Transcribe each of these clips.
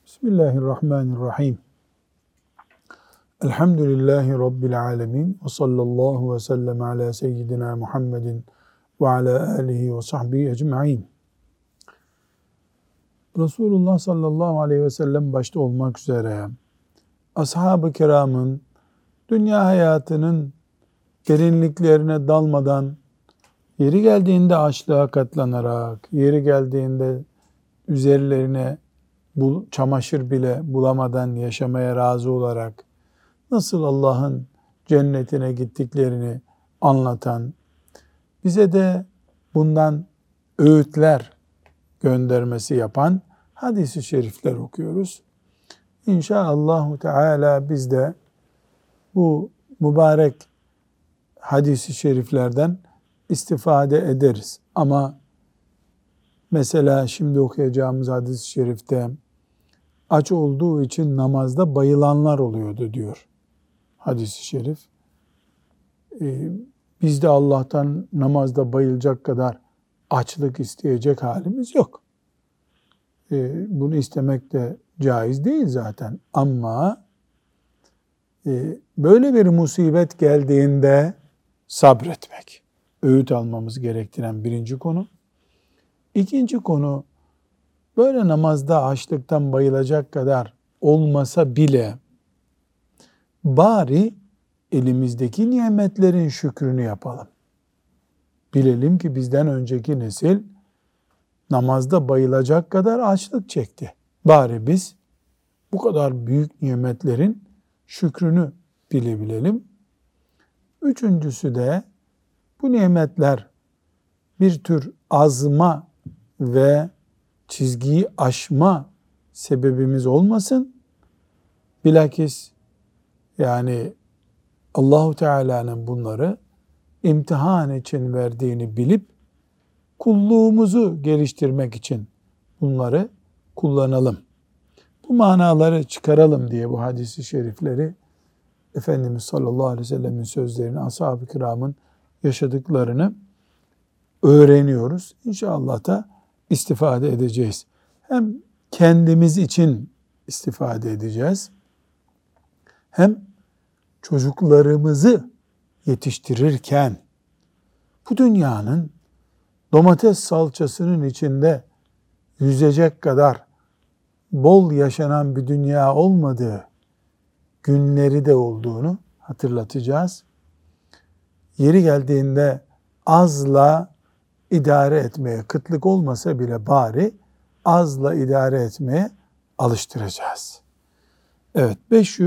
Bismillahirrahmanirrahim. Elhamdülillahi Rabbil alemin. Ve sallallahu ve sellem ala seyyidina Muhammedin ve ala alihi ve sahbihi ecma'in. Resulullah sallallahu aleyhi ve sellem başta olmak üzere ashab-ı kiramın dünya hayatının derinliklerine dalmadan, yeri geldiğinde açlığa katlanarak, yeri geldiğinde üzerlerine çamaşır bile bulamadan yaşamaya razı olarak nasıl Allah'ın cennetine gittiklerini anlatan, bize de bundan öğütler göndermesi yapan hadis-i şerifler okuyoruz. İnşaallahu Teala biz de bu mübarek hadis-i şeriflerden istifade ederiz. Ama mesela şimdi okuyacağımız hadis-i şerifte aç olduğu için namazda bayılanlar oluyordu diyor hadis-i şerif. Biz de Allah'tan namazda bayılacak kadar açlık isteyecek halimiz yok. Bunu istemek de caiz değil zaten. Ama böyle bir musibet geldiğinde sabretmek, öğüt almamız gerektiren birinci konu. İkinci konu, böyle namazda açlıktan bayılacak kadar olmasa bile bari elimizdeki nimetlerin şükrünü yapalım. Bilelim ki bizden önceki nesil namazda bayılacak kadar açlık çekti. Bari biz bu kadar büyük nimetlerin şükrünü bilebilelim. Üçüncüsü de bu nimetler bir tür azma ve çizgiyi aşma sebebimiz olmasın. Bilakis yani Allahu Teala'nın bunları imtihan için verdiğini bilip kulluğumuzu geliştirmek için bunları kullanalım. Bu manaları çıkaralım diye bu hadis-i şerifleri Efendimiz sallallahu aleyhi ve sellemin sözlerini, ashab-ı kiramın yaşadıklarını öğreniyoruz. İnşallah da istifade edeceğiz. Hem kendimiz için istifade edeceğiz, hem çocuklarımızı yetiştirirken bu dünyanın domates salçasının içinde yüzecek kadar bol yaşanan bir dünya olmadığı günleri de olduğunu hatırlatacağız. Yeri geldiğinde azla idare etmeye, kıtlık olmasa bile bari azla idare etmeye alıştıracağız. Evet,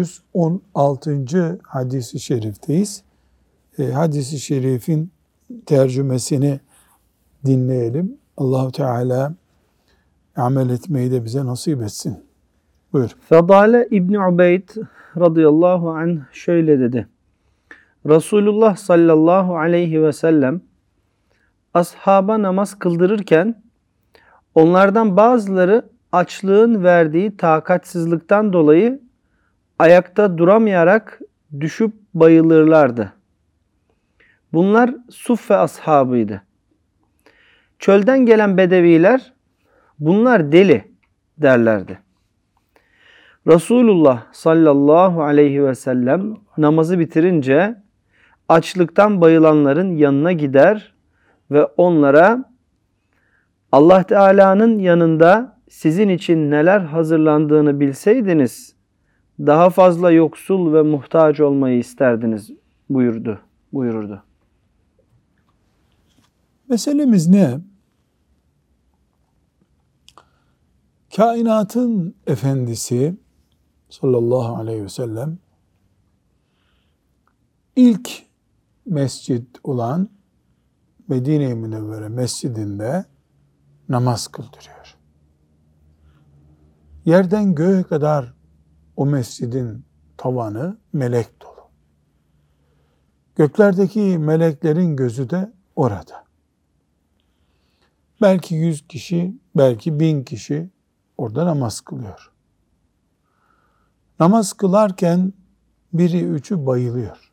516. hadis-i şerifteyiz. Hadis-i şerifin tercümesini dinleyelim. Allah-u Teala amel etmeyi de bize nasip etsin. Buyur. Fadale İbni Ubeyd radıyallahu anh şöyle dedi. Resulullah sallallahu aleyhi ve sellem ashaba namaz kıldırırken onlardan bazıları açlığın verdiği takatsizlikten dolayı ayakta duramayarak düşüp bayılırlardı. Bunlar Suffe ashabıydı. Çölden gelen bedeviler bunlar deli derlerdi. Resulullah sallallahu aleyhi ve sellem namazı bitirince açlıktan bayılanların yanına gider ve onlara Allah Teala'nın yanında sizin için neler hazırlandığını bilseydiniz daha fazla yoksul ve muhtaç olmayı isterdiniz buyururdu. Meselemiz ne? Kainatın efendisi sallallahu aleyhi ve sellem ilk mescid olan Medine-i Münevvere mescidinde namaz kıldırıyor. Yerden göğe kadar o mescidin tavanı melek dolu. Göklerdeki meleklerin gözü de orada. Belki 100 kişi, belki 1000 kişi orada namaz kılıyor. Namaz kılarken biri üçü bayılıyor.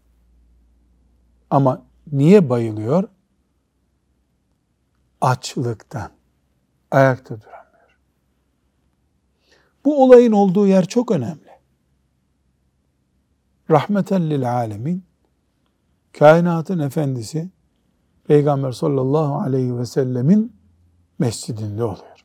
Ama niye bayılıyor? Açlıktan. Ayakta duramıyor. Bu olayın olduğu yer çok önemli. Rahmeten lil alemin, kainatın efendisi Peygamber sallallahu aleyhi ve sellemin mescidinde oluyor.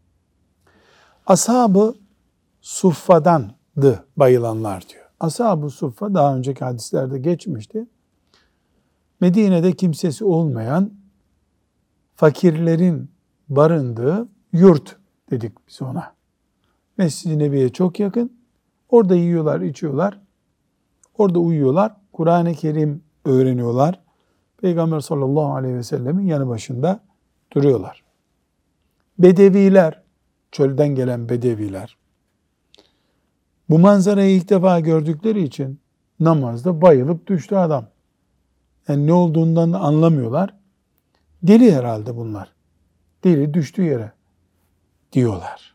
Ashab-ı Suffa'dandı bayılanlar diyor. Ashab-ı Suffa daha önceki hadislerde geçmişti. Medine'de kimsesi olmayan fakirlerin barındığı yurt dedik biz ona. Mescid-i Nebi'ye çok yakın. Orada yiyorlar, içiyorlar. Orada uyuyorlar. Kur'an-ı Kerim öğreniyorlar. Peygamber sallallahu aleyhi ve sellemin yanı başında duruyorlar. Bedeviler, çölden gelen bedeviler, bu manzarayı ilk defa gördükleri için namazda bayılıp düştü adam. Yani ne olduğundan da anlamıyorlar. Deli herhalde bunlar. Deli düştü yere diyorlar.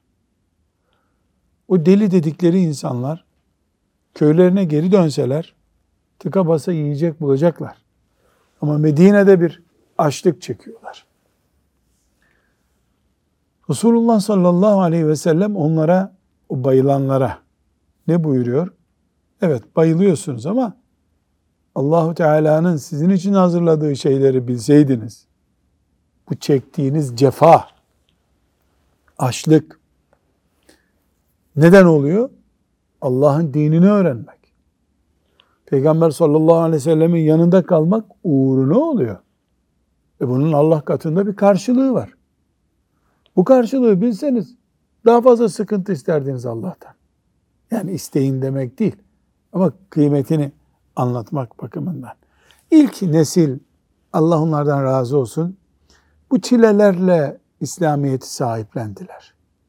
O deli dedikleri insanlar köylerine geri dönseler tıka basa yiyecek bulacaklar. Ama Medine'de bir açlık çekiyorlar. Resulullah sallallahu aleyhi ve sellem onlara, o bayılanlara ne buyuruyor? Evet, bayılıyorsunuz ama Allahu Teala'nın sizin için hazırladığı şeyleri bilseydiniz, bu çektiğiniz cefa, açlık neden oluyor? Allah'ın dinini öğrenmek. Peygamber sallallahu aleyhi ve sellemin yanında kalmak uğruna oluyor. Bunun Allah katında bir karşılığı var. Bu karşılığı bilseniz daha fazla sıkıntı isterdiniz Allah'tan. Yani isteyin demek değil. Ama kıymetini anlatmak bakımından. İlk nesil, Allah onlardan razı olsun, bu çilelerle İslamiyet'i sahiplendiler.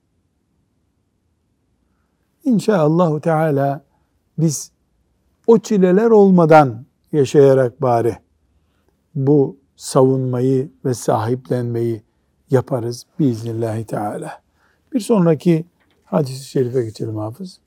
İnşaallahu Teala biz o çileler olmadan yaşayarak bari bu savunmayı ve sahiplenmeyi yaparız biiznillahü teala. Bir sonraki hadis-i şerife geçelim Hafız.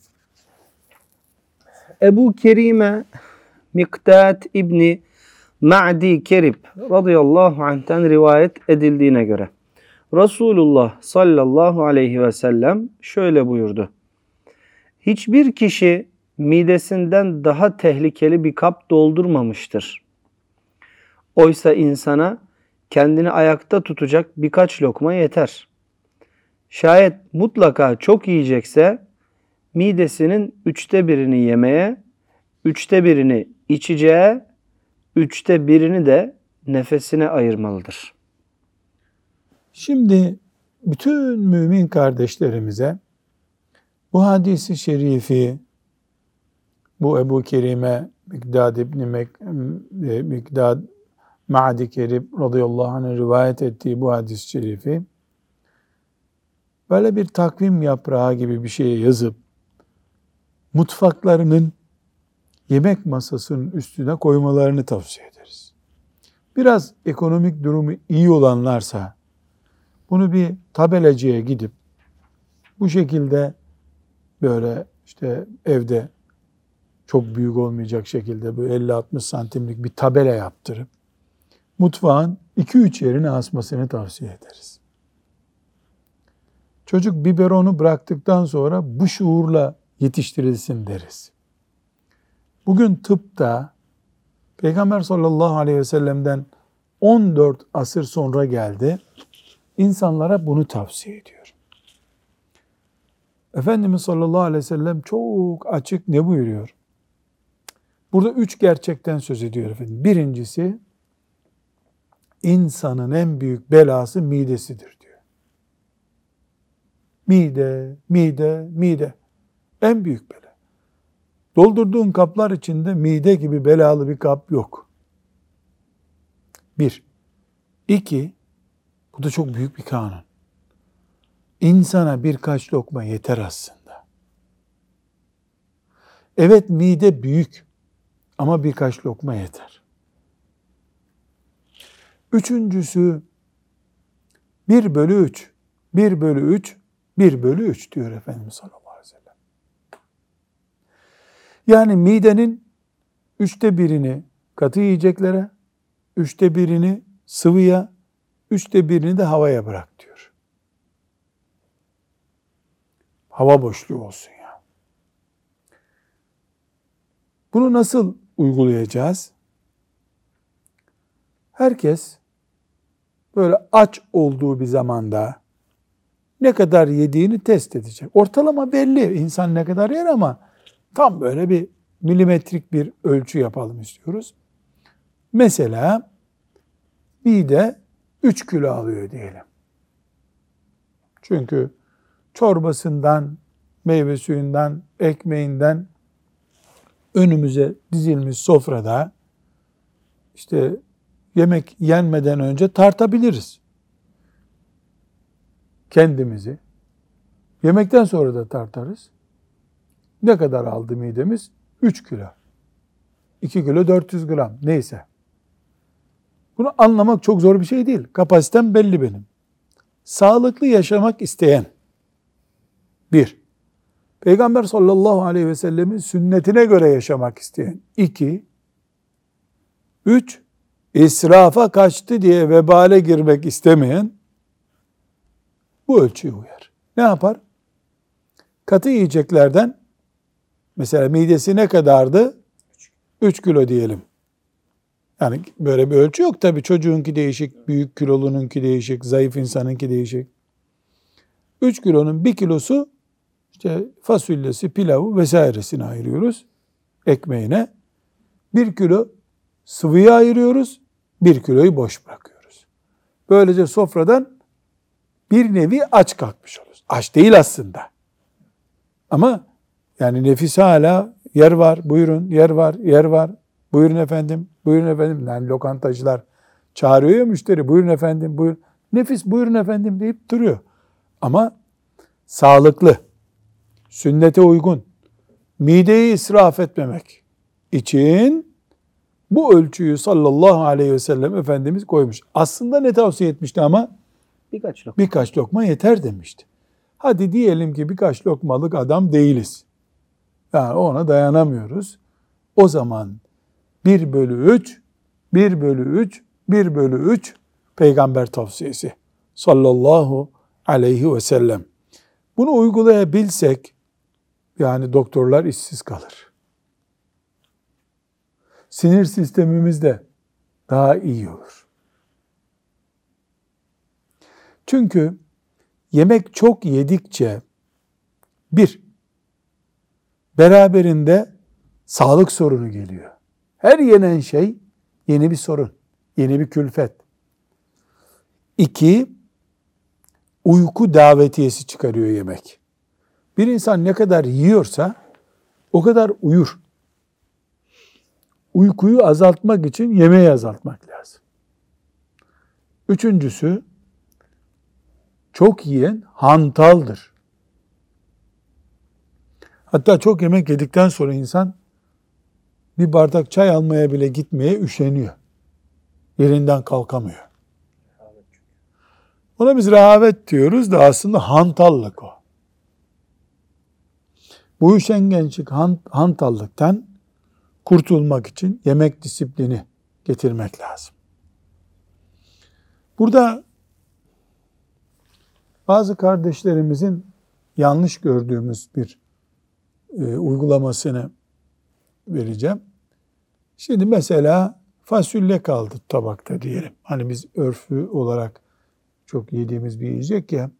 Ebu Kerime Mikdad İbni Ma'di Kerib radıyallahu anh'ten rivayet edildiğine göre Resulullah sallallahu aleyhi ve sellem şöyle buyurdu. Hiçbir kişi midesinden daha tehlikeli bir kap doldurmamıştır. Oysa insana kendini ayakta tutacak birkaç lokma yeter. Şayet mutlaka çok yiyecekse midesinin 1/3'ünü yemeye, 1/3'ünü içeceğe, 1/3'ünü de nefesine ayırmalıdır. Şimdi bütün mümin kardeşlerimize bu hadisi şerifi, bu Ebu Kerime Mikdad İbni Mikdad Ma'di Kerib radıyallahu anh'ın rivayet ettiği bu hadis-i şerifi böyle bir takvim yaprağı gibi bir şeye yazıp mutfaklarının yemek masasının üstüne koymalarını tavsiye ederiz. Biraz ekonomik durumu iyi olanlarsa bunu bir tabelacıya gidip bu şekilde böyle işte evde çok büyük olmayacak şekilde böyle 50-60 santimlik bir tabela yaptırıp mutfağın 2-3 yerine asmasını tavsiye ederiz. Çocuk biberonu bıraktıktan sonra bu şuurla yetiştirilsin deriz. Bugün tıpta Peygamber sallallahu aleyhi ve sellem'den 14 asır sonra geldi. İnsanlara bunu tavsiye ediyor. Efendimiz sallallahu aleyhi ve sellem çok açık ne buyuruyor? Burada 3 gerçekten söz ediyor efendim. Birincisi, insanın en büyük belası midesidir diyor. Mide. En büyük bela. Doldurduğun kaplar içinde mide gibi belalı bir kap yok. 1. 2. Bu da çok büyük bir kanun. İnsana birkaç lokma yeter aslında. Evet mide büyük ama birkaç lokma yeter. Üçüncüsü 1/3, 1/3, 1/3 diyor Efendimiz sallallahu aleyhi ve sellem. Yani midenin 1/3'ünü katı yiyeceklere, 1/3'ünü sıvıya, 1/3'ünü de havaya bırak diyor. hava boşluğu olsun ya. Bunu nasıl uygulayacağız? Herkes böyle aç olduğu bir zamanda ne kadar yediğini test edecek. Ortalama belli insan ne kadar yer ama tam böyle bir milimetrik bir ölçü yapalım istiyoruz. Mesela mide 3 kilo alıyor diyelim. Çünkü çorbasından, meyve suyundan, ekmeğinden önümüze dizilmiş sofrada işte yemek yenmeden önce tartabiliriz kendimizi. Yemekten sonra da tartarız. Ne kadar aldı midemiz? 3 kilo. 2 kilo 400 gram neyse. Bunu anlamak çok zor bir şey değil. Kapasitem belli benim. Sağlıklı yaşamak isteyen, bir, Peygamber sallallahu aleyhi ve sellemin sünnetine göre yaşamak isteyen, iki, üç, israfa kaçtı diye vebale girmek istemeyen bu ölçüye uyar. Ne yapar? Katı yiyeceklerden mesela midesi ne kadardı? 3 kilo diyelim. Yani böyle bir ölçü yok tabii. Çocuğunki değişik, büyük kilolununki değişik, zayıf insanınki değişik. 3 kilonun 1 kilosu işte fasulyesi, pilavı vesairesine ayırıyoruz. Ekmeğine. 1 kilo sıvıya ayırıyoruz. 1 kiloyu boş bırakıyoruz. Böylece sofradan bir nevi aç kalkmış oluruz. Aç değil aslında. Ama yani nefis hala yer var, buyurun, yer var, yer var. Buyurun efendim, buyurun efendim. Yani lokantacılar çağırıyor ya müşteri, buyurun efendim, buyurun. Nefis buyurun efendim deyip duruyor. Ama sağlıklı, sünnete uygun, mideyi israf etmemek için bu ölçüyü sallallahu aleyhi ve sellem Efendimiz koymuş. Aslında ne tavsiye etmişti ama? Birkaç lokma yeter demişti. Hadi diyelim ki birkaç lokmalık adam değiliz. Yani ona dayanamıyoruz. O zaman 1 bölü 3, 1 bölü 3, 1 bölü 3 peygamber tavsiyesi sallallahu aleyhi ve sellem. Bunu uygulayabilsek yani doktorlar işsiz kalır. Sinir sistemimiz de daha iyi olur. Çünkü yemek çok yedikçe beraberinde sağlık sorunu geliyor. Her yenen şey yeni bir sorun, yeni bir külfet. 2, uyku davetiyesi çıkarıyor yemek. Bir insan ne kadar yiyorsa o kadar uyur. Uykuyu azaltmak için yemeği azaltmak lazım. 3'üncüsü, çok yiyen hantaldır. Hatta çok yemek yedikten sonra insan bir bardak çay almaya bile gitmeye üşeniyor. Yerinden kalkamıyor. Ona biz rehavet diyoruz da aslında hantallık o. Bu üşengeçlik, hantallıktan kurtulmak için yemek disiplini getirmek lazım. Burada bazı kardeşlerimizin yanlış gördüğümüz bir uygulamasını vereceğim. Şimdi mesela fasulye kaldı tabakta diyelim. Hani biz örfü olarak çok yediğimiz bir yiyecek ya.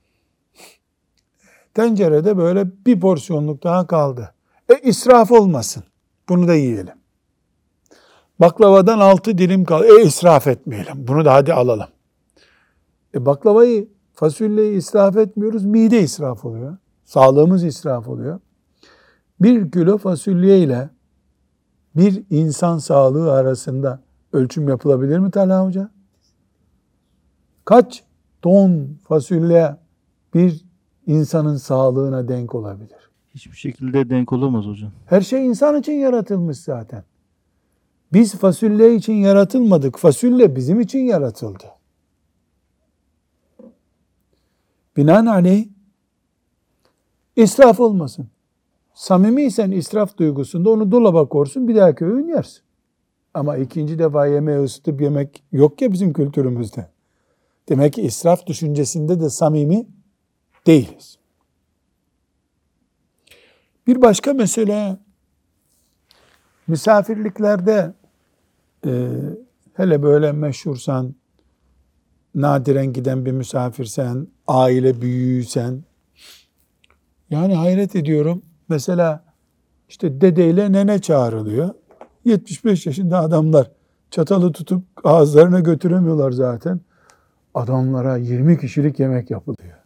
Tencerede böyle bir porsiyonluk daha kaldı. İsraf olmasın. Bunu da yiyelim. Baklavadan 6 dilim kaldı. İsraf etmeyelim. Bunu da hadi alalım. Baklavayı, fasulyeyi israf etmiyoruz. Mide israf oluyor. Sağlığımız israf oluyor. 1 kilo fasulye ile bir insan sağlığı arasında ölçüm yapılabilir mi Talha Hoca? Kaç ton fasulye bir insanın sağlığına denk olabilir? Hiçbir şekilde denk olamaz hocam. Her şey insan için yaratılmış zaten. Biz fasulye için yaratılmadık. Fasulye bizim için yaratıldı. Binaenaleyh israf olmasın. Samimiysen israf duygusunda onu dolaba korsun, bir dahaki öğün yersin. Ama ikinci defa yemeği ısıtıp yemek yok ya bizim kültürümüzde. Demek ki israf düşüncesinde de samimi değiliz. Bir başka mesele, misafirliklerde hele böyle meşhursan, nadiren giden bir misafirsen, aile büyüğüysen, yani hayret ediyorum. Mesela işte dedeyle nene çağrılıyor. 75 yaşında adamlar çatalı tutup ağızlarına götüremiyorlar zaten. Adamlara 20 kişilik yemek yapılıyor.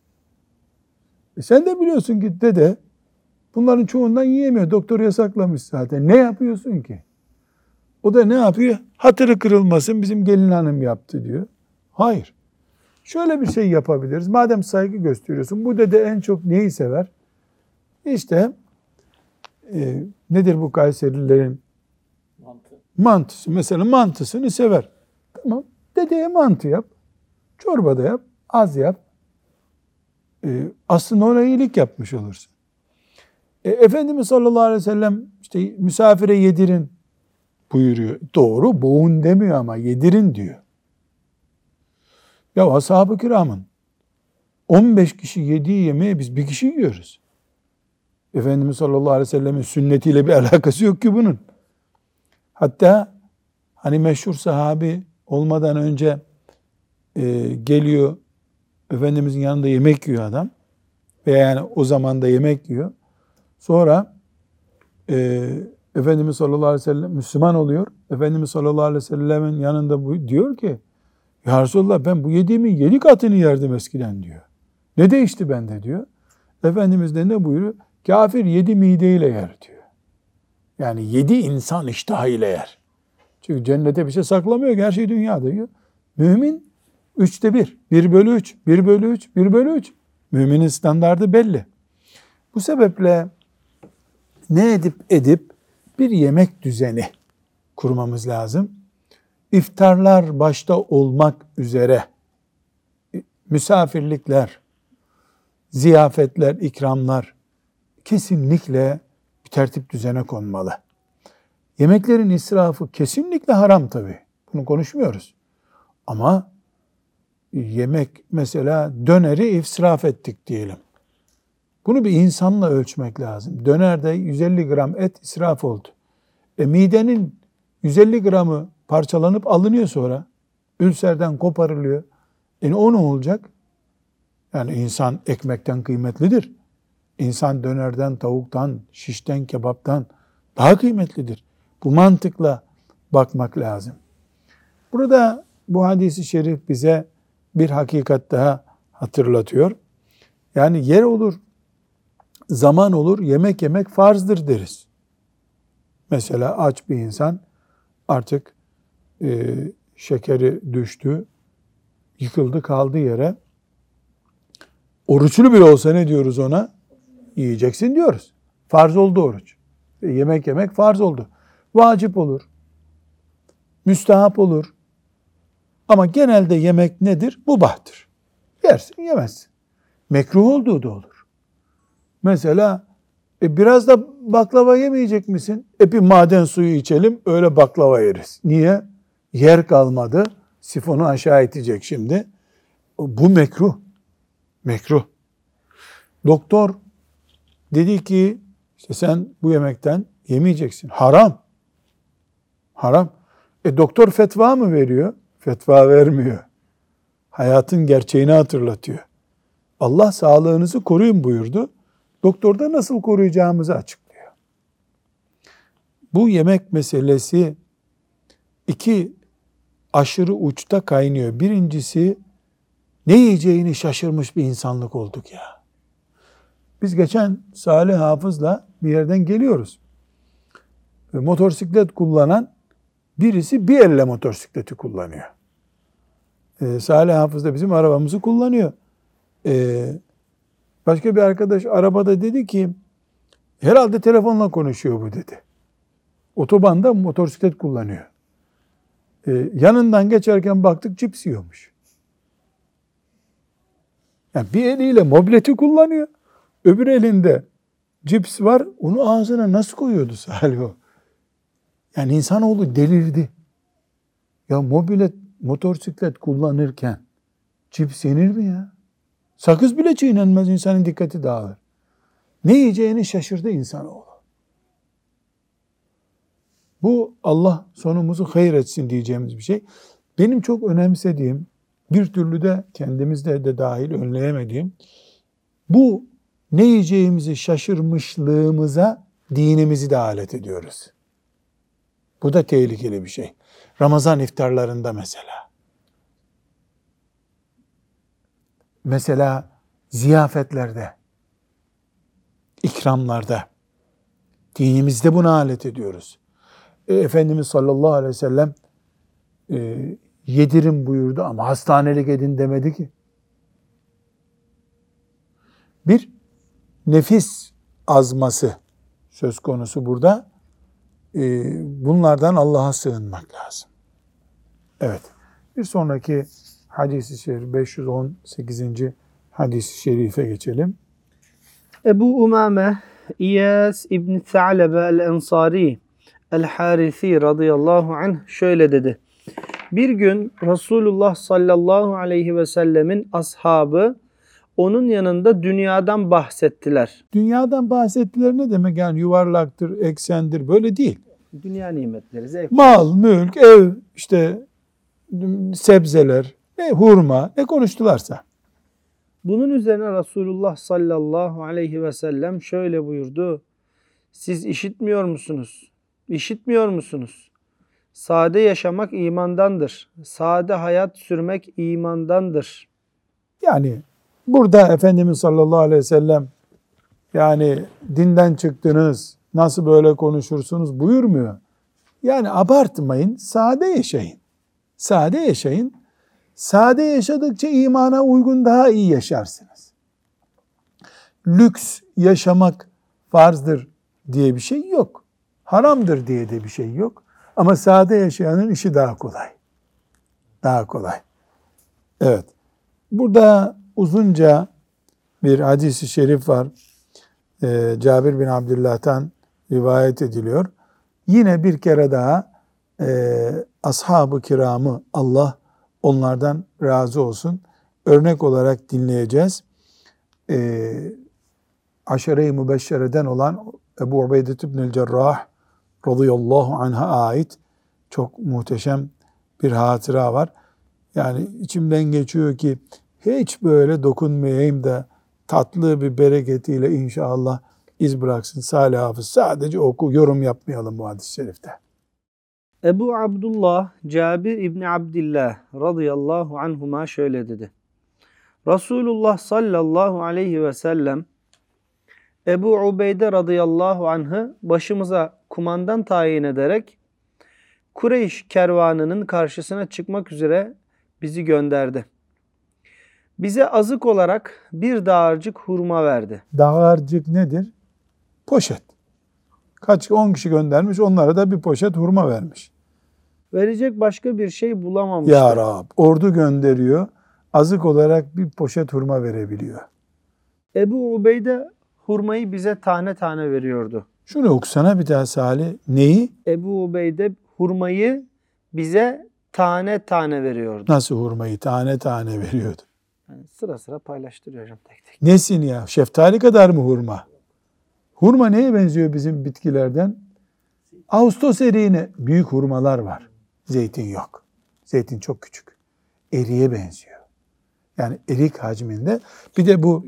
Sen de biliyorsun ki dede bunların çoğundan yiyemiyor. Doktor yasaklamış zaten. Ne yapıyorsun ki? O da ne yapıyor? Hatırı kırılmasın, bizim gelin hanım yaptı diyor. Hayır. Şöyle bir şey yapabiliriz. Madem saygı gösteriyorsun, bu dede en çok neyi sever? İşte nedir bu Kayserilerin? Mantısı. Mesela mantısını sever. Tamam. Dedeye mantı yap. Çorba da yap. Az yap. Aslında ona iyilik yapmış olursun. Efendimiz sallallahu aleyhi ve sellem işte misafire yedirin buyuruyor. Doğru, boğun demiyor ama yedirin diyor. Ya ashab-ı kiramın 15 kişi yediği yemeği biz bir kişi yiyoruz. Efendimiz sallallahu aleyhi ve sellemin sünnetiyle bir alakası yok ki bunun. Hatta hani meşhur sahabi olmadan önce geliyor, Efendimizin yanında yemek yiyor adam. Veya yani o zaman da yemek yiyor. Sonra Efendimiz sallallahu aleyhi ve sellem Müslüman oluyor. Efendimiz sallallahu aleyhi ve sellemin yanında diyor ki, ya Resulallah ben bu yediğimin 7 katını yerdim eskiden diyor. Ne değişti bende diyor. Efendimiz de ne buyuruyor? Kafir 7 mideyle yer diyor. Yani 7 insan iştahıyla yer. Çünkü cennete bir şey saklamıyor ki her şey dünyada yiyor. Mümin 3'te 1, 1 bölü 3, 1 bölü 3, 1 bölü 3. Müminin standardı belli. Bu sebeple ne edip bir yemek düzeni kurmamız lazım. İftarlar başta olmak üzere misafirlikler, ziyafetler, ikramlar kesinlikle bir tertip düzene konmalı. Yemeklerin israfı kesinlikle haram tabii. Bunu konuşmuyoruz. Ama yemek mesela döneri israf ettik diyelim. Bunu bir insanla ölçmek lazım. Dönerde 150 gram et israf oldu. Midenin 150 gramı parçalanıp alınıyor sonra. Ülserden koparılıyor. O ne olacak? Yani insan ekmekten kıymetlidir. İnsan dönerden, tavuktan, şişten, kebaptan daha kıymetlidir. Bu mantıkla bakmak lazım. Burada bu hadis-i şerif bize bir hakikat daha hatırlatıyor. Yani yer olur, zaman olur, yemek yemek farzdır deriz. Mesela aç bir insan artık şekeri düştü, yıkıldı kaldı yere. Oruçlu bile olsa ne diyoruz ona? Yiyeceksin diyoruz. Farz oldu oruç. Yemek yemek farz oldu. Vacip olur. Müstehap olur. Ama genelde yemek nedir? Mubahtır. Yersin yemezsin. Mekruh olduğu da olur. Mesela biraz da baklava yemeyecek misin? Bir maden suyu içelim öyle baklava yeriz. Niye? Yer kalmadı. Sifonu aşağı itecek şimdi. Bu mekruh. Mekruh. Doktor dedi ki işte sen bu yemekten yemeyeceksin. Haram. Haram. Doktor fetva mı veriyor? Fetva vermiyor. Hayatın gerçeğini hatırlatıyor. Allah sağlığınızı koruyun buyurdu. Doktor da nasıl koruyacağımızı açıklıyor. Bu yemek meselesi iki aşırı uçta kaynıyor. Birincisi ne yiyeceğini şaşırmış bir insanlık olduk ya. Biz geçen Salih Hafız'la bir yerden geliyoruz. Motosiklet kullanan birisi bir elle motosikleti kullanıyor. Salih Hafız da bizim arabamızı kullanıyor. Başka bir arkadaş arabada dedi ki herhalde telefonla konuşuyor bu dedi. Otobanda motosiklet kullanıyor. Yanından geçerken baktık cips yiyormuş. Yani bir eliyle mobileti kullanıyor. Öbür elinde cips var. Onu ağzına nasıl koyuyordu Salih o? Yani insanoğlu delirdi. Ya motosiklet kullanırken cips yenir mi ya? Sakız bile çiğnenmez, insanın dikkati dağılır. Ne yiyeceğini şaşırdı insanoğlu. Bu Allah sonumuzu hayır etsin diyeceğimiz bir şey. Benim çok önemsediğim, bir türlü de kendimizde de dahil önleyemediğim, bu ne yiyeceğimizi şaşırmışlığımıza dinimizi de alet ediyoruz. Bu da tehlikeli bir şey. Ramazan iftarlarında mesela ziyafetlerde, ikramlarda, dinimizde buna alet ediyoruz. Efendimiz sallallahu aleyhi ve sellem yedirin buyurdu ama hastanelik edin demedi ki. Bir nefis azması söz konusu burada. Bunlardan Allah'a sığınmak lazım. Evet. Bir sonraki hadis-i şerif 518. hadis-i şerife geçelim. Ebu Umame İyas İbn Tha'lebe el-Ensari el-Harithi radıyallahu anh şöyle dedi. Bir gün Resulullah sallallahu aleyhi ve sellemin ashabı onun yanında dünyadan bahsettiler. Dünyadan bahsettiler ne demek? Yani yuvarlaktır, eksendir, böyle değil. Dünya nimetleri, zevk. Mal, mülk, ev, işte sebzeler, hurma, ne konuştularsa. Bunun üzerine Resulullah sallallahu aleyhi ve sellem şöyle buyurdu. Siz işitmiyor musunuz? İşitmiyor musunuz? Sade yaşamak imandandır. Sade hayat sürmek imandandır. Yani burada Efendimiz sallallahu aleyhi ve sellem yani dinden çıktınız, nasıl böyle konuşursunuz buyurmuyor. Yani abartmayın, sade yaşayın. Sade yaşayın. Sade yaşadıkça imana uygun daha iyi yaşarsınız. Lüks yaşamak farzdır diye bir şey yok. Haramdır diye de bir şey yok. Ama sade yaşayanın işi daha kolay. Daha kolay. Evet. Burada uzunca bir hadis-i şerif var. Cabir bin Abdullah'tan rivayet ediliyor. Yine bir kere daha ashab-ı kiramı Allah onlardan razı olsun örnek olarak dinleyeceğiz. Aşere-i mübeşşereden olan Ebu Ubeyde ibnül Cerrah radıyallahu anh'a ait çok muhteşem bir hatıra var. Yani içimden geçiyor ki hiç böyle dokunmayayım da tatlı bir bereketiyle inşallah iz bıraksın Salih Hafız. Sadece oku, yorum yapmayalım bu hadis-i şerifte. Ebu Abdullah Cabir İbni Abdillah radıyallahu anhuma şöyle dedi. Resulullah sallallahu aleyhi ve sellem Ebu Ubeyde radıyallahu anh'ı başımıza kumandan tayin ederek Kureyş kervanının karşısına çıkmak üzere bizi gönderdi. Bize azık olarak bir dağarcık hurma verdi. Dağarcık nedir? Poşet. 10 kişi göndermiş, onlara da bir poşet hurma vermiş. Verecek başka bir şey bulamamıştı. Ya Rab, ordu gönderiyor, azık olarak bir poşet hurma verebiliyor. Ebu Ubeyde hurmayı bize tane tane veriyordu. Şunu okusana bir daha Salih. Neyi? Ebu Ubeyde hurmayı bize tane tane veriyordu. Nasıl hurmayı tane tane veriyordu? Yani sıra sıra paylaştırıyor hocam tek tek. Nesin ya? Şeftali kadar mı hurma? Hurma neye benziyor bizim bitkilerden? Ağustos eriğine büyük hurmalar var. Zeytin yok. Zeytin çok küçük. Eriğe benziyor. Yani erik hacminde. Bir de bu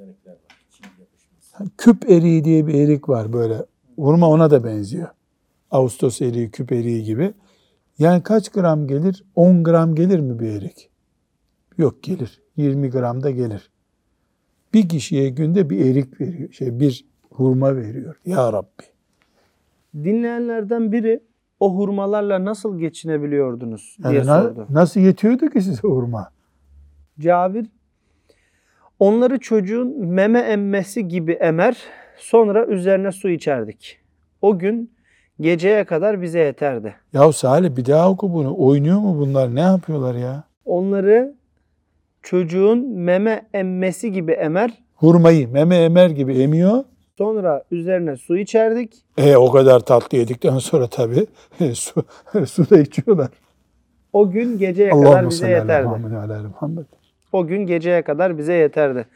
küp eriği diye bir erik var böyle. Hurma ona da benziyor. Ağustos eriği, küp eriği gibi. Yani kaç gram gelir? 10 gram gelir mi bir erik? Yok gelir. 20 gram da gelir. Bir kişiye günde bir erik veriyor. Bir hurma veriyor. Ya Rabbi. Dinleyenlerden biri o hurmalarla nasıl geçinebiliyordunuz diye Yani sordu. nasıl yetiyordu ki size hurma? Cabir, onları çocuğun meme emmesi gibi emer, sonra üzerine su içerdik. O gün geceye kadar bize yeterdi. Ya Salih bir daha oku bunu. Oynuyor mu bunlar? Ne yapıyorlar ya? Onları çocuğun meme emmesi gibi emer, Hurmayı meme emer gibi emiyor. sonra üzerine su içerdik. O kadar tatlı yedikten sonra tabii su da içiyorlar. O gün geceye kadar bize Allahümme yeterdi. salli ala Muhammed. O gün geceye kadar bize yeterdi.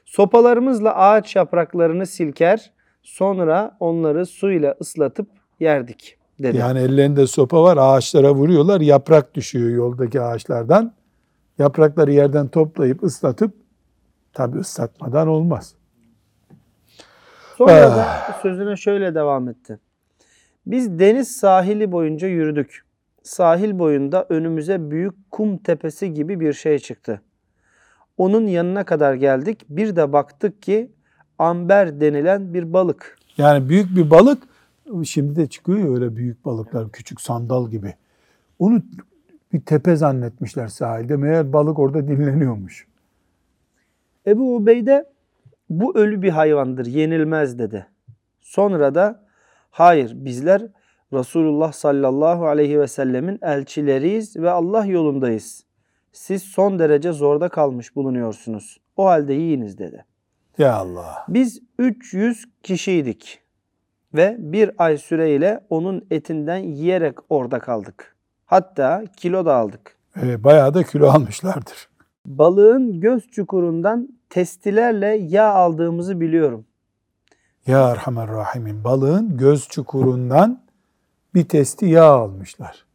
Sopalarımızla ağaç yapraklarını silker, sonra onları suyla ıslatıp yerdik dedi. Yani ellerinde sopa var, ağaçlara vuruyorlar, yaprak düşüyor yoldaki ağaçlardan. Yaprakları yerden toplayıp ıslatıp, tabi ıslatmadan olmaz. Sonra da sözüne şöyle devam etti. Biz deniz sahili boyunca yürüdük. Sahil boyunda önümüze büyük kum tepesi gibi bir şey çıktı. Onun yanına kadar geldik. Bir de baktık ki amber denilen bir balık. Yani büyük bir balık, şimdi de çıkıyor ya öyle büyük balıklar, küçük sandal gibi. Onu bir tepe zannetmişler sahilde. Meğer balık orada dinleniyormuş. Ebu Ubeyde bu ölü bir hayvandır, yenilmez dedi. Sonra da hayır, bizler Resulullah sallallahu aleyhi ve sellemin elçileriyiz ve Allah yolundayız. Siz son derece zorda kalmış bulunuyorsunuz. O halde yiyiniz dedi. Ya Allah. Biz 300 kişiydik ve bir ay süreyle onun etinden yiyerek orada kaldık. Hatta kilo da aldık. Bayağı da kilo almışlardır. Balığın göz çukurundan testilerle yağ aldığımızı biliyorum. Ya Erhamer Rahimin, balığın göz çukurundan bir testi yağ almışlar.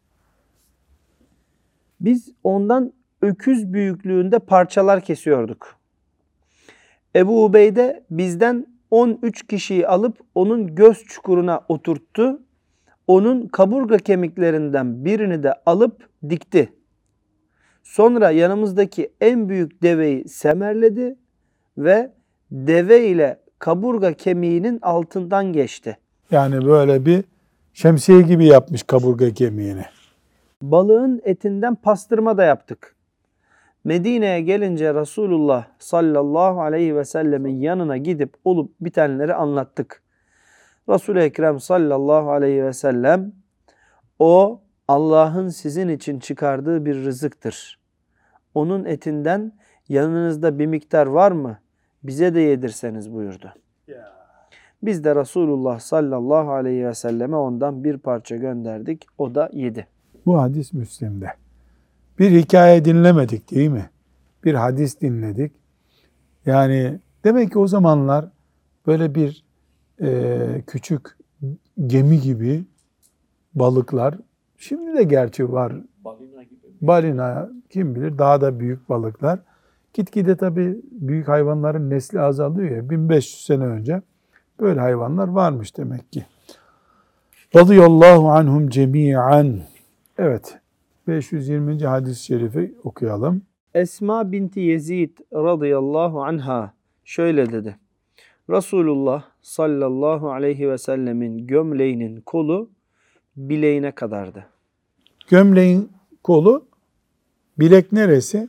Biz ondan öküz büyüklüğünde parçalar kesiyorduk. Ebu Ubeyde bizden 13 kişiyi alıp onun göz çukuruna oturttu. Onun kaburga kemiklerinden birini de alıp dikti. Sonra yanımızdaki en büyük deveyi semerledi ve deve ile kaburga kemiğinin altından geçti. Yani böyle bir şemsiye gibi yapmış kaburga kemiğini. Balığın etinden pastırma da yaptık. Medine'ye gelince Resulullah sallallahu aleyhi ve sellemin yanına gidip olup bitenleri anlattık. Resul-i Ekrem sallallahu aleyhi ve sellem, o Allah'ın sizin için çıkardığı bir rızıktır. Onun etinden yanınızda bir miktar var mı? Bize de yedirseniz buyurdu. Biz de Resulullah sallallahu aleyhi ve selleme ondan bir parça gönderdik. O da yedi. Bu hadis Müslim'de. Bir hikaye dinlemedik değil mi? Bir hadis dinledik. Yani demek ki o zamanlar böyle bir küçük gemi gibi balıklar, şimdi de gerçi var. Balina kim bilir, daha da büyük balıklar. Gitgide tabii büyük hayvanların nesli azalıyor ya. 1500 sene önce böyle hayvanlar varmış demek ki. Radıyallahu anhum cemi'an. Evet. 520. hadis-i şerifi okuyalım. Esma binti Yezid radıyallahu anha şöyle dedi. Resulullah sallallahu aleyhi ve sellemin gömleğinin kolu bileğine kadardı. Gömleğin kolu, bilek neresi?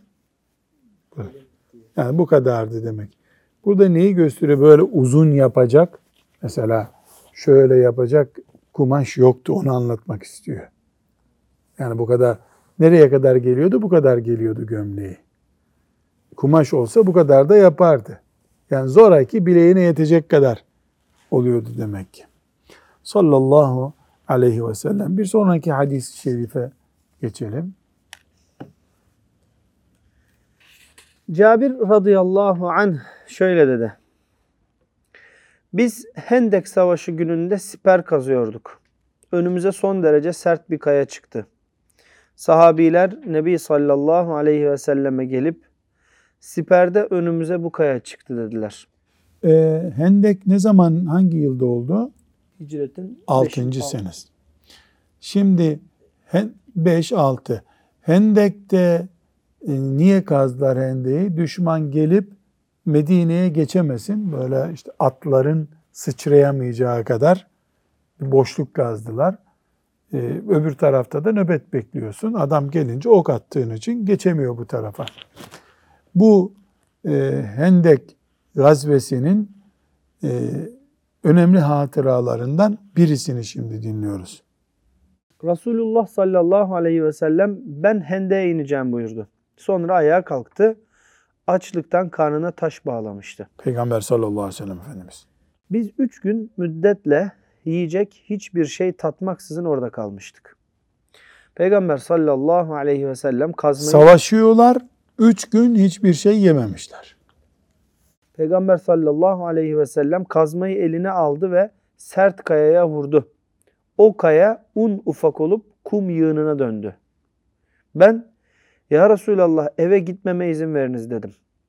Yani bu kadardı demek. Burada neyi gösteriyor? Böyle uzun yapacak, mesela şöyle yapacak kumaş yoktu, onu anlatmak istiyor. Yani bu kadar, nereye kadar geliyordu? Bu kadar geliyordu gömleği. Kumaş olsa bu kadar da yapardı. Yani zoraki bileğine yetecek kadar oluyordu demek ki. Sallallahu aleyhi ve sellem. Bir sonraki hadis-i şerife geçelim. Cabir radıyallahu anh şöyle dedi. Biz Hendek Savaşı gününde siper kazıyorduk. Önümüze son derece sert bir kaya çıktı. Sahabiler Nebi sallallahu aleyhi ve selleme gelip siperde önümüze bu kaya çıktı dediler. Hendek ne zaman, hangi yılda oldu? Hicretin 6. senesi. Şimdi 5-6. Hendek'te niye kazdılar Hendek'i? Düşman gelip Medine'ye geçemesin. Böyle işte atların sıçrayamayacağı kadar bir boşluk kazdılar. Öbür tarafta da nöbet bekliyorsun. Adam gelince ok attığın için geçemiyor bu tarafa. Bu Hendek gazvesinin önemli hatıralarından birisini şimdi dinliyoruz. Resulullah sallallahu aleyhi ve sellem ben Hendek'e ineceğim buyurdu. Sonra ayağa kalktı. Açlıktan karnına taş bağlamıştı. Peygamber sallallahu aleyhi ve sellem Efendimiz. Biz 3 gün müddetle yiyecek hiçbir şey tatmaksızın orada kalmıştık. Peygamber sallallahu aleyhi ve sellem kazmayı... Savaşıyorlar, 3 gün hiçbir şey yememişler. Peygamber sallallahu aleyhi ve sellem kazmayı eline aldı ve sert kayaya vurdu. O kaya un ufak olup kum yığınına döndü. Ben, ya Resulallah eve gitmeme izin veriniz dedim.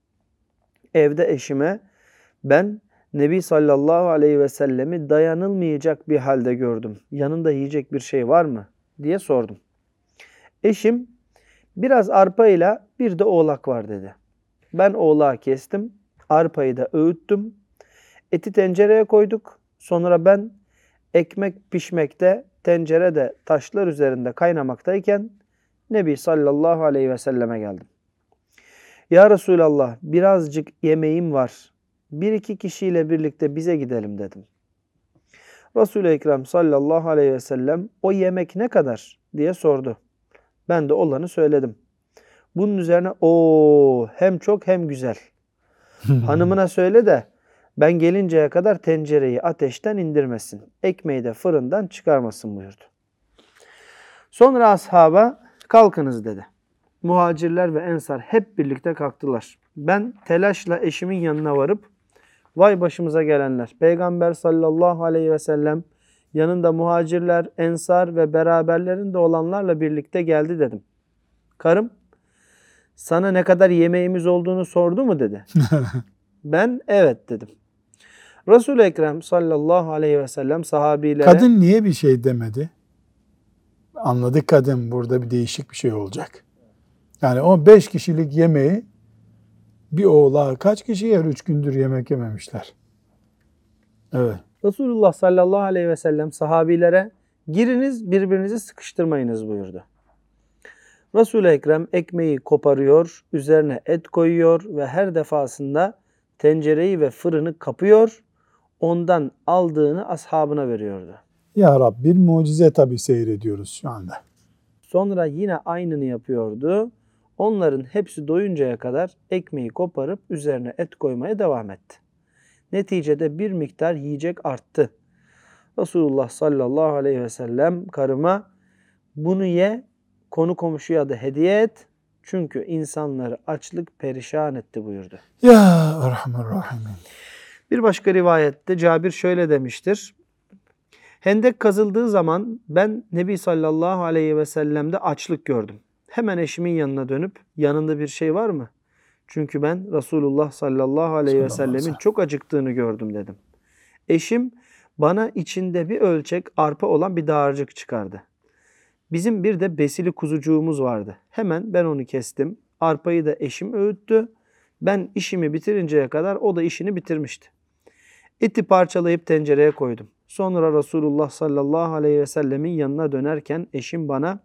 Evde eşime ben Nebi sallallahu aleyhi ve sellemi dayanılmayacak bir halde gördüm. Yanında yiyecek bir şey var mı diye sordum. Eşim biraz arpayla bir de oğlak var dedi. Ben oğlağı kestim, arpayı da öğüttüm. Eti tencereye koyduk. Sonra ben ekmek pişmekte, tencerede taşlar üzerinde kaynamaktayken Nebi sallallahu aleyhi ve selleme geldim. Ya Resulallah birazcık yemeğim var. Bir iki kişiyle birlikte bize gidelim dedim. Resul-i Ekrem sallallahu aleyhi ve sellem o yemek ne kadar diye sordu. Ben de olanı söyledim. Bunun üzerine o hem çok hem güzel. Hanımına söyle de ben gelinceye kadar tencereyi ateşten indirmesin. Ekmeği de fırından çıkarmasın buyurdu. Sonra ashaba kalkınız dedi. Muhacirler ve ensar hep birlikte kalktılar. Ben telaşla eşimin yanına varıp vay başımıza gelenler. Peygamber sallallahu aleyhi ve sellem yanında muhacirler, ensar ve beraberlerinde olanlarla birlikte geldi dedim. Karım sana ne kadar yemeğimiz olduğunu sordu mu dedi. Ben evet dedim. Resul-i Ekrem sallallahu aleyhi ve sellem sahabilere... Kadın niye bir şey demedi? Anladık, kadın burada bir değişik bir şey olacak. Yani o 5 kişilik yemeği bir oğlağı kaç kişi yer? 3 gündür yemek yememişler. Evet. Resulullah sallallahu aleyhi ve sellem sahabilere giriniz birbirinizi sıkıştırmayınız buyurdu. Resul-i Ekrem ekmeği koparıyor, üzerine et koyuyor ve her defasında tencereyi ve fırını kapıyor, ondan aldığını ashabına veriyordu. Ya Rabbi, bir mucize tabii seyrediyoruz şu anda. Sonra yine aynını yapıyordu. Onların hepsi doyuncaya kadar ekmeği koparıp üzerine et koymaya devam etti. Neticede bir miktar yiyecek arttı. Resulullah sallallahu aleyhi ve sellem karıma bunu ye, konu komşuya da hediye et. Çünkü insanları açlık perişan etti buyurdu. Ya Erhamerrahim. Bir başka rivayette Cabir şöyle demiştir. Hendek kazıldığı zaman ben Nebi sallallahu aleyhi ve sellem'de açlık gördüm. Hemen eşimin yanına dönüp yanında bir şey var mı? Çünkü ben Resulullah sallallahu aleyhi ve sellemin çok acıktığını gördüm dedim. Eşim bana içinde bir ölçek arpa olan bir dağarcık çıkardı. Bizim bir de besili kuzucuğumuz vardı. Hemen ben onu kestim. Arpayı da eşim öğüttü. Ben işimi bitirinceye kadar o da işini bitirmişti. Eti parçalayıp tencereye koydum. Sonra Resulullah sallallahu aleyhi ve sellemin yanına dönerken eşim bana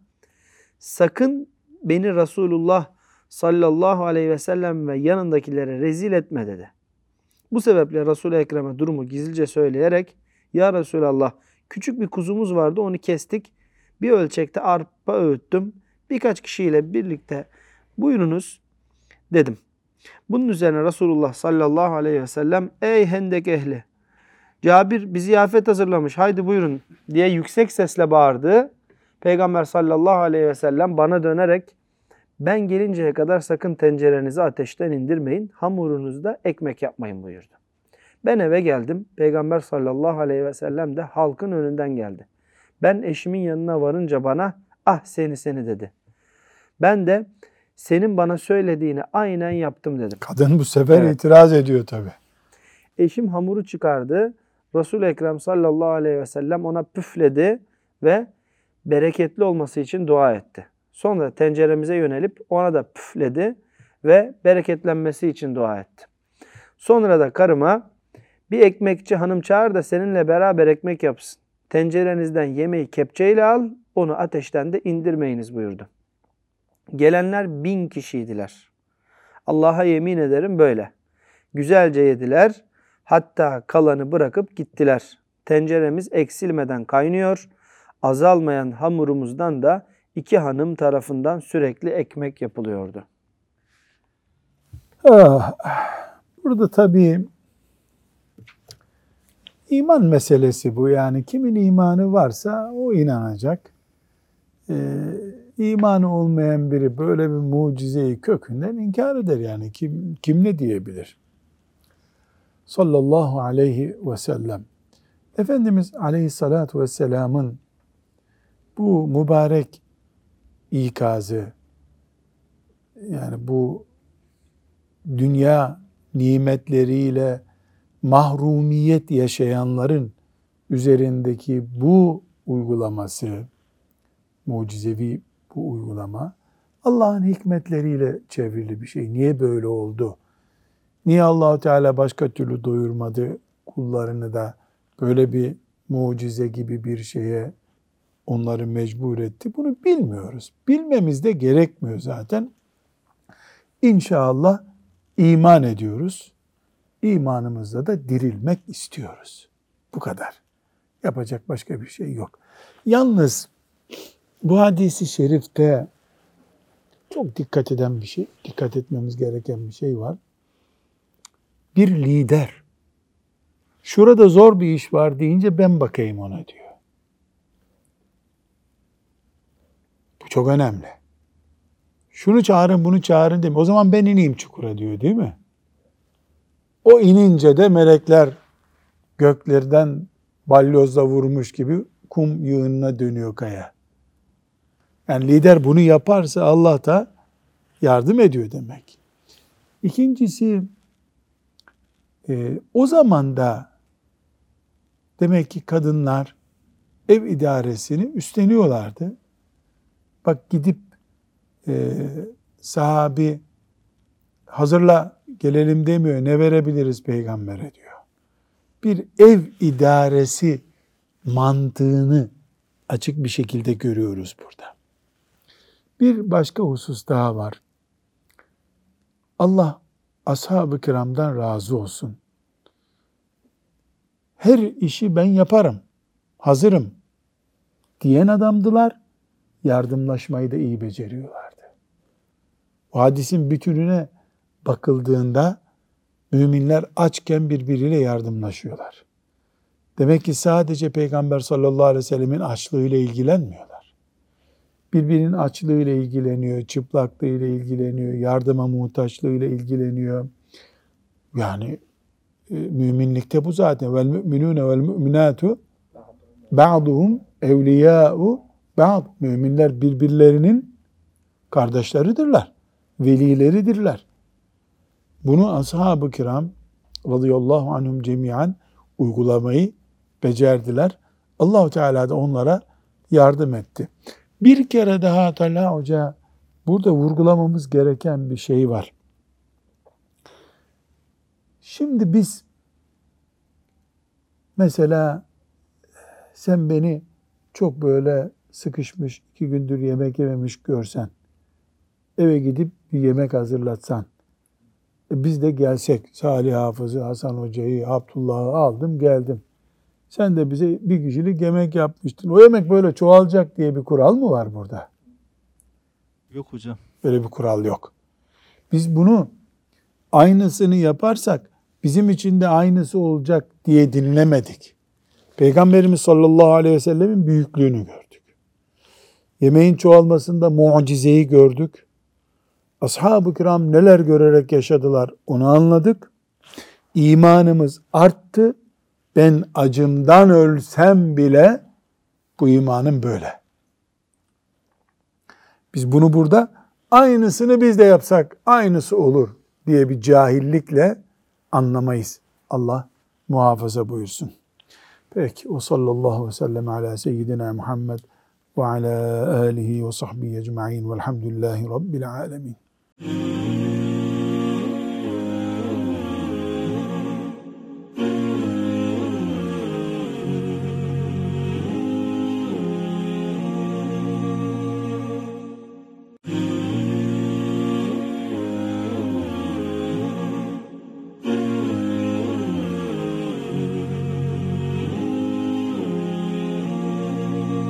sakın beni Resulullah sallallahu aleyhi ve sellem ve yanındakilere rezil etme dedi. Bu sebeple Resul-i Ekrem'e durumu gizlice söyleyerek ya Resulallah küçük bir kuzumuz vardı onu kestik. Bir ölçekte arpa öğüttüm. Birkaç kişiyle birlikte buyurunuz dedim. Bunun üzerine Resulullah sallallahu aleyhi ve sellem ey Hendek ehli Cabir bir ziyafet hazırlamış haydi buyurun diye yüksek sesle bağırdı. Peygamber sallallahu aleyhi ve sellem bana dönerek ben gelinceye kadar sakın tencerenizi ateşten indirmeyin, hamurunuzda ekmek yapmayın buyurdu. Ben eve geldim. Peygamber sallallahu aleyhi ve sellem de halkın önünden geldi. Ben eşimin yanına varınca bana ah seni dedi. Ben de senin bana söylediğini aynen yaptım dedim. Kadın bu sefer itiraz ediyor tabii. Eşim hamuru çıkardı. Resul-i Ekrem sallallahu aleyhi ve sellem ona püfledi ve bereketli olması için dua etti. Sonra tenceremize yönelip ona da püfledi ve bereketlenmesi için dua etti. Sonra da karıma bir ekmekçi hanım çağır da seninle beraber ekmek yapsın. Tencerenizden yemeği kepçeyle al, onu ateşten de indirmeyiniz buyurdu. Gelenler 1000 kişiydiler. Allah'a yemin ederim böyle. Güzelce yediler, hatta kalanı bırakıp gittiler. Tenceremiz eksilmeden kaynıyor, azalmayan hamurumuzdan da 2 hanım tarafından sürekli ekmek yapılıyordu. Burada tabii iman meselesi bu. Yani kimin imanı varsa o inanacak. İmanı olmayan biri böyle bir mucizeyi kökünden inkar eder yani. Kim ne diyebilir? sallallahu aleyhi ve sellem. Efendimiz aleyhissalatu vesselamın bu mübarek ikazı, yani bu dünya nimetleriyle mahrumiyet yaşayanların üzerindeki bu uygulaması, mucizevi bu uygulama, Allah'ın hikmetleriyle çevrili bir şey. Niye böyle oldu? Niye Allah-u Teala başka türlü doyurmadı kullarını da böyle bir mucize gibi bir şeye onları mecbur etti? Bunu bilmiyoruz. Bilmemiz de gerekmiyor zaten. İnşallah iman ediyoruz. İmanımızda da dirilmek istiyoruz. Bu kadar. Yapacak başka bir şey yok. Yalnız bu hadisi şerifte çok dikkat etmemiz gereken bir şey var. Bir lider, şurada zor bir iş var deyince ben bakayım ona diyor. Bu çok önemli. Şunu çağırın, bunu çağırın demiyor. O zaman ben ineyim çukura diyor, değil mi? O inince de melekler göklerden balyozla vurmuş gibi kum yığınına dönüyor kaya. Yani lider bunu yaparsa Allah da yardım ediyor demek. İkincisi, o zaman da demek ki kadınlar ev idaresini üstleniyorlardı. Bak gidip sahabi hazırla gelelim demiyor. Ne verebiliriz peygambere diyor. Bir ev idaresi mantığını açık bir şekilde görüyoruz burada. Bir başka husus daha var. Allah ashab-ı kiramdan razı olsun. Her işi ben yaparım, hazırım diyen adamdılar. Yardımlaşmayı da iyi beceriyorlardı. O hadisin bütününe bakıldığında müminler açken birbiriyle yardımlaşıyorlar. Demek ki sadece Peygamber sallallahu aleyhi ve sellemin açlığıyla ilgilenmiyorlar. Birbirinin açlığıyla ilgileniyor, çıplaklığıyla ilgileniyor, yardıma muhtaçlığıyla ilgileniyor. Yani müminlikte bu zaten. Vel müminune vel müminatu ba'duhum evliyâ'u ba'd. Müminler birbirlerinin kardeşleridirler, velileridirler. Bunu ashab-ı kiram radıyallahu anhum cemiyan uygulamayı becerdiler. Allah-u Teala da onlara yardım etti. Bir kere daha Talha Hoca burada vurgulamamız gereken bir şey var. Şimdi biz mesela sen beni çok böyle sıkışmış, 2 gündür yemek yememiş görsen, eve gidip bir yemek hazırlatsan, biz de gelsek, Salih Hafız'ı, Hasan Hoca'yı, Abdullah'ı aldım geldim. Sen de bize bir kişilik yemek yapmıştın. O yemek böyle çoğalacak diye bir kural mı var burada? Yok hocam. Böyle bir kural yok. Biz bunu aynısını yaparsak bizim için de aynısı olacak diye dinlemedik. Peygamberimiz sallallahu aleyhi ve sellemin büyüklüğünü gördük. Yemeğin çoğalmasında mucizeyi gördük. Ashab-ı kiram neler görerek yaşadılar onu anladık. İmanımız arttı. Ben acımdan ölsem bile bu imanım böyle. Biz bunu burada aynısını biz de yapsak aynısı olur diye bir cahillikle anlamayız. Allah muhafaza buyursun. Peki o sallallahu aleyhi ve sellem ala seyyidina Muhammed ve ala alihi ve sahbihi ecma'in velhamdülillahi rabbil alemin.